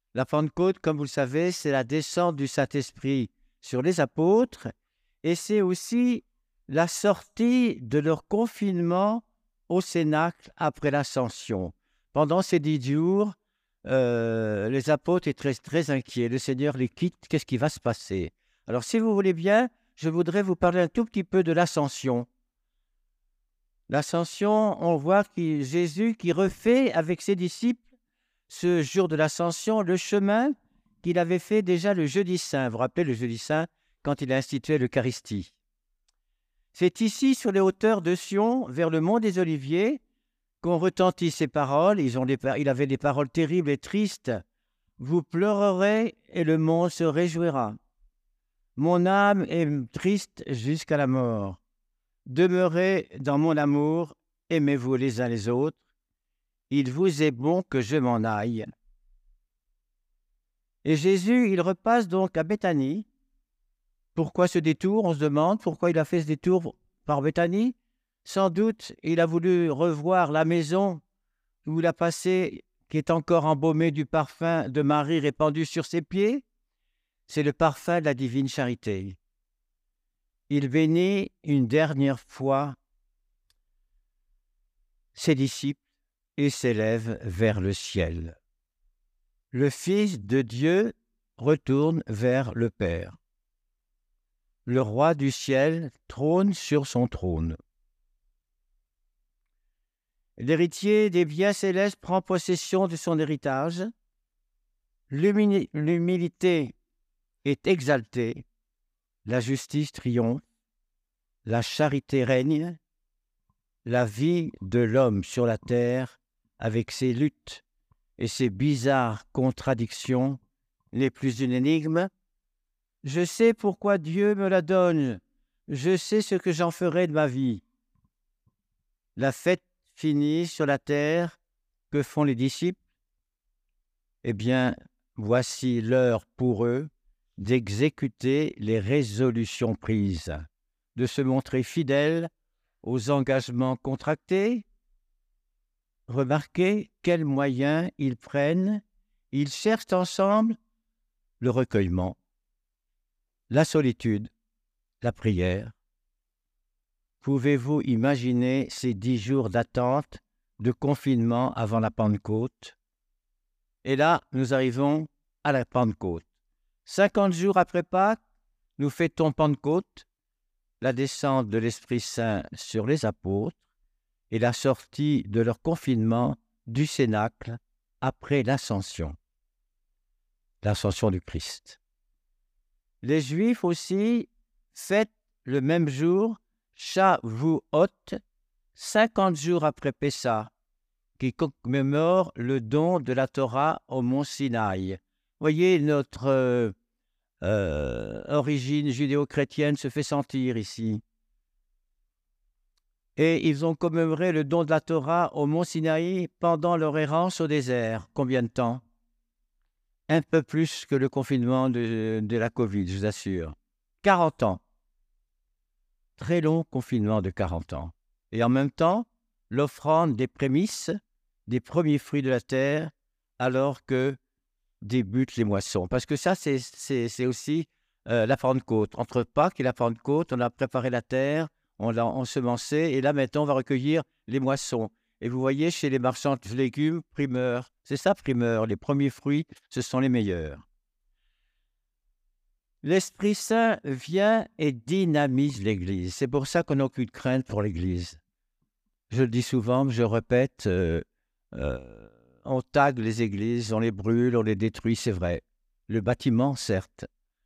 La Pentecôte, comme vous le savez, c'est la descente du Saint-Esprit sur les apôtres et c'est aussi la sortie de leur confinement au Cénacle après l'Ascension. Pendant ces 10 jours, les apôtres étaient très, très inquiets. Le Seigneur les quitte, qu'est-ce qui va se passer? Alors, si vous voulez bien, je voudrais vous parler un tout petit peu de l'Ascension. L'Ascension, on voit Jésus qui refait avec ses disciples ce jour de l'Ascension, le chemin qu'il avait fait déjà le jeudi saint. Vous vous rappelez le jeudi saint, quand il a institué l'Eucharistie. C'est ici, sur les hauteurs de Sion, vers le mont des Oliviers, qu'ont retenti ces paroles. Il avait des paroles terribles et tristes. Vous pleurerez et le monde se réjouira. Mon âme est triste jusqu'à la mort. Demeurez dans mon amour, aimez-vous les uns les autres. Il vous est bon que je m'en aille. Et Jésus, il repasse donc à Béthanie. Pourquoi ce détour? On se demande pourquoi il a fait ce détour par Béthanie. Sans doute, il a voulu revoir la maison où il a passé, qui est encore embaumée du parfum de Marie répandu sur ses pieds. C'est le parfum de la divine charité. Il bénit une dernière fois ses disciples et s'élève vers le ciel. Le Fils de Dieu retourne vers le Père. Le roi du ciel trône sur son trône. L'héritier des biens célestes prend possession de son héritage. L'humilité est exaltée. La justice triomphe. La charité règne. La vie de l'homme sur la terre, avec ses luttes et ses bizarres contradictions, n'est plus une énigme. Je sais pourquoi Dieu me la donne. Je sais ce que j'en ferai de ma vie. La fête finie sur la terre. Que font les disciples? Eh bien, voici l'heure pour eux d'exécuter les résolutions prises, de se montrer fidèles aux engagements contractés. Remarquez quels moyens ils prennent. Ils cherchent ensemble le recueillement, la solitude, la prière. Pouvez-vous imaginer ces 10 jours d'attente, de confinement avant la Pentecôte? Et là, nous arrivons à la Pentecôte. 50 jours après Pâques, nous fêtons Pentecôte, la descente de l'Esprit Saint sur les apôtres et la sortie de leur confinement du Cénacle après l'Ascension du Christ. Les Juifs aussi fêtent le même jour Shavuot, 50 jours après Pessah, qui commémore le don de la Torah au mont Sinaï. Voyez, notre origine judéo-chrétienne se fait sentir ici. Et ils ont commémoré le don de la Torah au mont Sinaï pendant leur errance au désert. Combien de temps? Un peu plus que le confinement de la Covid, je vous assure. 40 ans. Très long confinement de 40 ans. Et en même temps, l'offrande des prémices, des premiers fruits de la terre, alors que débutent les moissons. Parce que ça, c'est aussi la Pentecôte. Entre Pâques et la Pentecôte, on a préparé la terre, on l'a ensemencée, et là, maintenant, on va recueillir les moissons. Et vous voyez, chez les marchands de légumes, primeur, c'est ça, primeur, les premiers fruits, ce sont les meilleurs. L'Esprit Saint vient et dynamise l'Église. C'est pour ça qu'on n'a aucune crainte pour l'Église. Je le dis souvent, je répète, on tague les églises, on les brûle, on les détruit, c'est vrai. Le bâtiment, certes.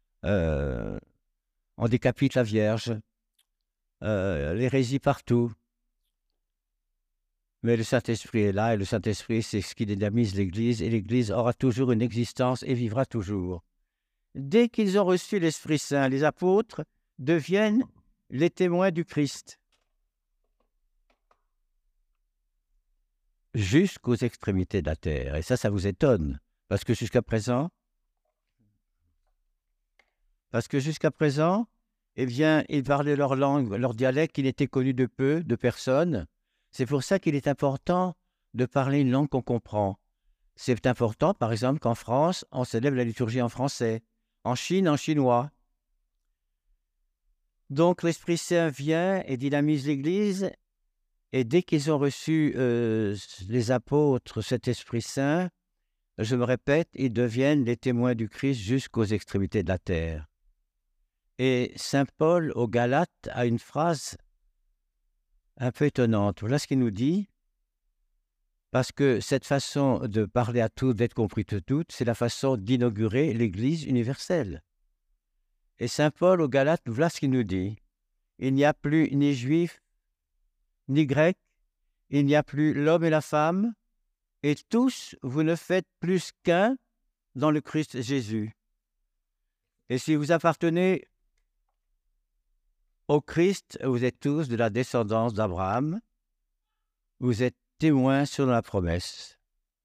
On décapite la Vierge. L'hérésie partout. Mais le Saint-Esprit est là, et le Saint-Esprit, c'est ce qui dynamise l'Église, et l'Église aura toujours une existence et vivra toujours. Dès qu'ils ont reçu l'Esprit Saint, les apôtres deviennent les témoins du Christ. Jusqu'aux extrémités de la terre. Et ça vous étonne, parce que jusqu'à présent, eh bien, ils parlaient leur langue, leur dialecte qui n'était connu de peu de personnes. C'est pour ça qu'il est important de parler une langue qu'on comprend. C'est important, par exemple, qu'en France, on célèbre la liturgie en français, en Chine, en chinois. Donc l'Esprit Saint vient et dynamise l'Église, et dès qu'ils ont reçu, les apôtres, cet Esprit Saint, je me répète, ils deviennent les témoins du Christ jusqu'aux extrémités de la terre. Et saint Paul aux Galates a une phrase un peu étonnante. Voilà ce qu'il nous dit. Parce que cette façon de parler à tous, d'être compris de toutes, c'est la façon d'inaugurer l'Église universelle. Et saint Paul aux Galates, voilà ce qu'il nous dit. Il n'y a plus ni juif, ni grec, il n'y a plus l'homme et la femme, et tous, vous ne faites plus qu'un dans le Christ Jésus. Et si vous appartenez au Christ, vous êtes tous de la descendance d'Abraham, vous êtes témoins sur la promesse.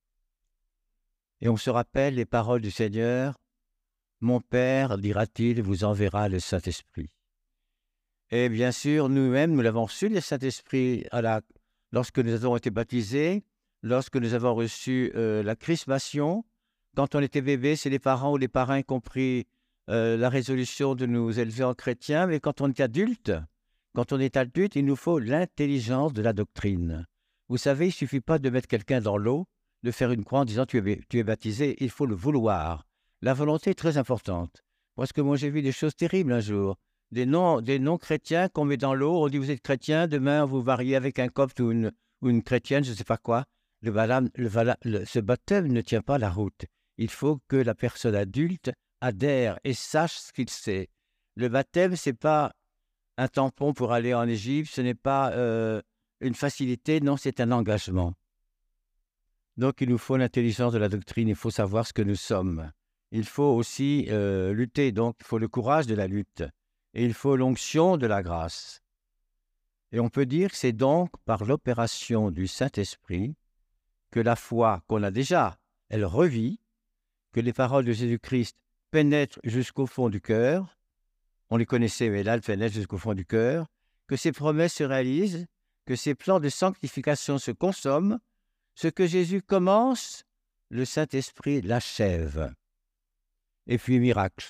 Et on se rappelle les paroles du Seigneur, « Mon Père, dira-t-il, vous enverra le Saint-Esprit. » Et bien sûr, nous-mêmes, nous l'avons reçu, le Saint-Esprit, lorsque nous avons été baptisés, lorsque nous avons reçu la chrismation. Quand on était bébé, c'est les parents ou les parrains qui ont pris la résolution de nous élever en chrétiens, mais quand on est adulte, il nous faut l'intelligence de la doctrine. Vous savez, il ne suffit pas de mettre quelqu'un dans l'eau, de faire une croix en disant tu es baptisé, il faut le vouloir. La volonté est très importante. Parce que moi j'ai vu des choses terribles un jour. Des non-chrétiens qu'on met dans l'eau, on dit vous êtes chrétien, demain vous variez avec un copte ou une chrétienne, je ne sais pas quoi. Ce baptême ne tient pas la route. Il faut que la personne adulte adhère et sache ce qu'il sait. Le baptême, ce n'est pas un tampon pour aller en Égypte, ce n'est pas une facilité, non, c'est un engagement. Donc il nous faut l'intelligence de la doctrine, il faut savoir ce que nous sommes. Il faut aussi lutter, donc il faut le courage de la lutte. Et il faut l'onction de la grâce. Et on peut dire que c'est donc par l'opération du Saint-Esprit que la foi qu'on a déjà, elle revit, que les paroles de Jésus-Christ pénètrent jusqu'au fond du cœur. On les connaissait, mais là, elles pénètrent jusqu'au fond du cœur. Que ces promesses se réalisent, que ces plans de sanctification se consomment. Ce que Jésus commence, le Saint-Esprit l'achève. Et puis, miracle.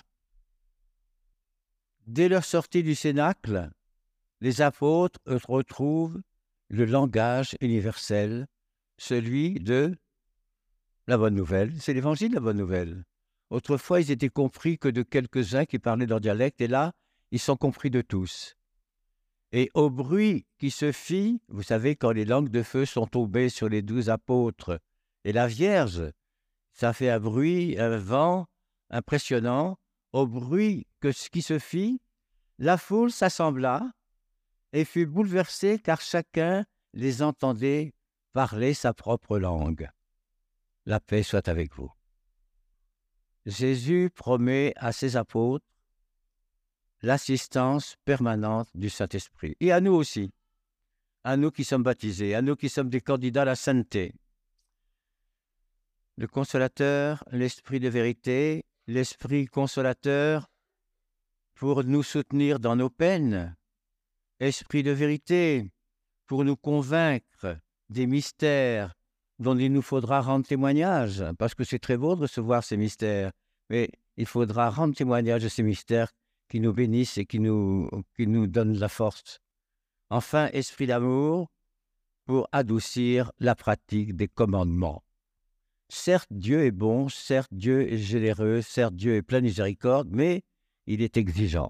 Dès leur sortie du Cénacle, les apôtres retrouvent le langage universel, celui de la bonne nouvelle. C'est l'évangile de la bonne nouvelle. Autrefois, ils étaient compris que de quelques-uns qui parlaient leur dialecte, et là, ils sont compris de tous. Et au bruit qui se fit, vous savez, quand les langues de feu sont tombées sur les 12 apôtres et la Vierge, ça fait un bruit, un vent impressionnant. Au bruit qui se fit, la foule s'assembla et fut bouleversée car chacun les entendait parler sa propre langue. La paix soit avec vous. Jésus promet à ses apôtres l'assistance permanente du Saint-Esprit. Et à nous aussi, à nous qui sommes baptisés, à nous qui sommes des candidats à la sainteté. Le consolateur, l'Esprit de vérité, l'Esprit consolateur pour nous soutenir dans nos peines, Esprit de vérité pour nous convaincre des mystères dont il nous faudra rendre témoignage, parce que c'est très beau de recevoir ces mystères, mais il faudra rendre témoignage de ces mystères qui nous bénissent et qui nous donnent la force. Enfin, esprit d'amour pour adoucir la pratique des commandements. Certes, Dieu est bon, certes, Dieu est généreux, certes, Dieu est plein de miséricorde, mais il est exigeant.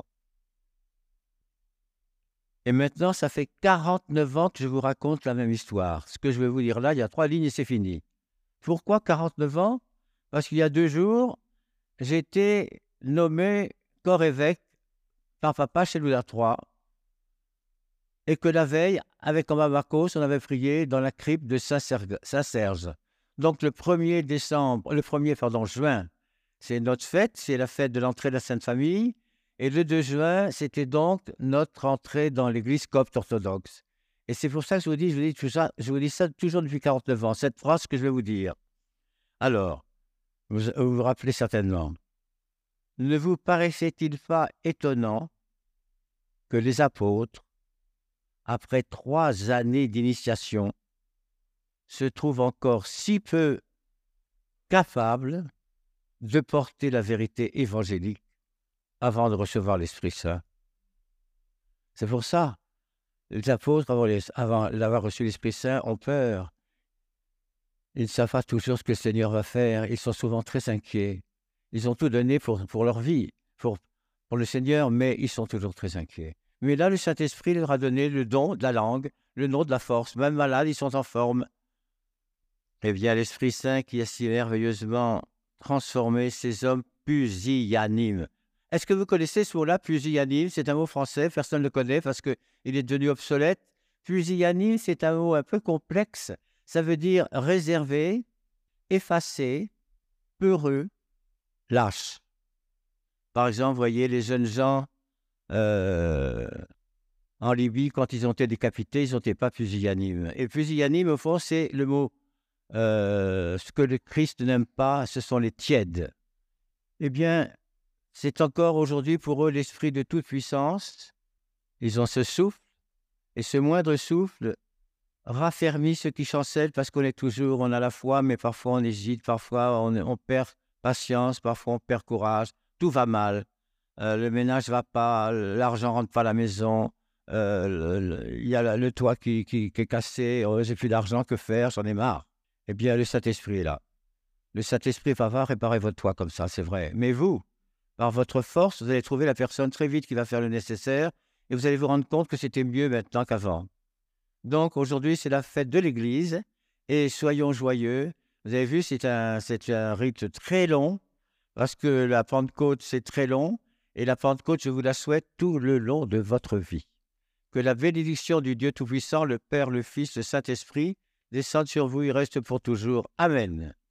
Et maintenant, ça fait 49 ans que je vous raconte la même histoire. Ce que je vais vous dire là, il y a 3 lignes et c'est fini. Pourquoi 49 ans? Parce qu'il y a 2 jours, j'ai été nommé corps évêque par papa chez Louis III, et que la veille, avec Omar Marcos, on avait prié dans la crypte de Saint-Serge. Donc le 1er juin, c'est notre fête, c'est la fête de l'entrée de la Sainte Famille, et le 2 juin, c'était donc notre entrée dans l'église copte orthodoxe. Et c'est pour ça que je vous dis ça toujours depuis 49 ans, cette phrase que je vais vous dire. Alors, vous vous rappelez certainement, ne vous paraissait-il pas étonnant que les apôtres, après 3 années d'initiation, se trouvent encore si peu capable de porter la vérité évangélique avant de recevoir l'Esprit Saint. C'est pour ça, les apôtres, avant d'avoir reçu l'Esprit Saint, ont peur. Ils ne savent pas toujours ce que le Seigneur va faire. Ils sont souvent très inquiets. Ils ont tout donné pour leur vie, pour le Seigneur, mais ils sont toujours très inquiets. Mais là, le Saint-Esprit leur a donné le don de la langue, le don de la force. Même malades, ils sont en forme. Eh bien, l'Esprit Saint qui a si merveilleusement transformé ces hommes pusillanimes. Est-ce que vous connaissez ce mot-là, pusillanime? C'est un mot français, personne ne le connaît parce qu'il est devenu obsolète. Pusillanime, c'est un mot un peu complexe. Ça veut dire réservé, effacé, peureux, lâche. Par exemple, vous voyez les jeunes gens en Libye, quand ils ont été décapités, ils n'étaient pas pusillanimes. Et pusillanime, au fond, c'est le mot. Ce que le Christ n'aime pas, ce sont les tièdes. Eh bien, c'est encore aujourd'hui pour eux l'esprit de toute puissance. Ils ont ce souffle, et ce moindre souffle raffermit ceux qui chancellent parce on a la foi, mais parfois on hésite, parfois on perd patience, parfois on perd courage, tout va mal. Le ménage ne va pas, l'argent ne rentre pas à la maison, il y a le toit qui est cassé, j'ai plus d'argent, que faire, j'en ai marre. Eh bien, le Saint-Esprit est là. Le Saint-Esprit va réparer votre toit comme ça, c'est vrai. Mais vous, par votre force, vous allez trouver la personne très vite qui va faire le nécessaire et vous allez vous rendre compte que c'était mieux maintenant qu'avant. Donc, aujourd'hui, c'est la fête de l'Église et soyons joyeux. Vous avez vu, c'est un rite très long parce que la Pentecôte, c'est très long et la Pentecôte, je vous la souhaite tout le long de votre vie. Que la bénédiction du Dieu Tout-Puissant, le Père, le Fils, le Saint-Esprit, descende sur vous et reste pour toujours. Amen.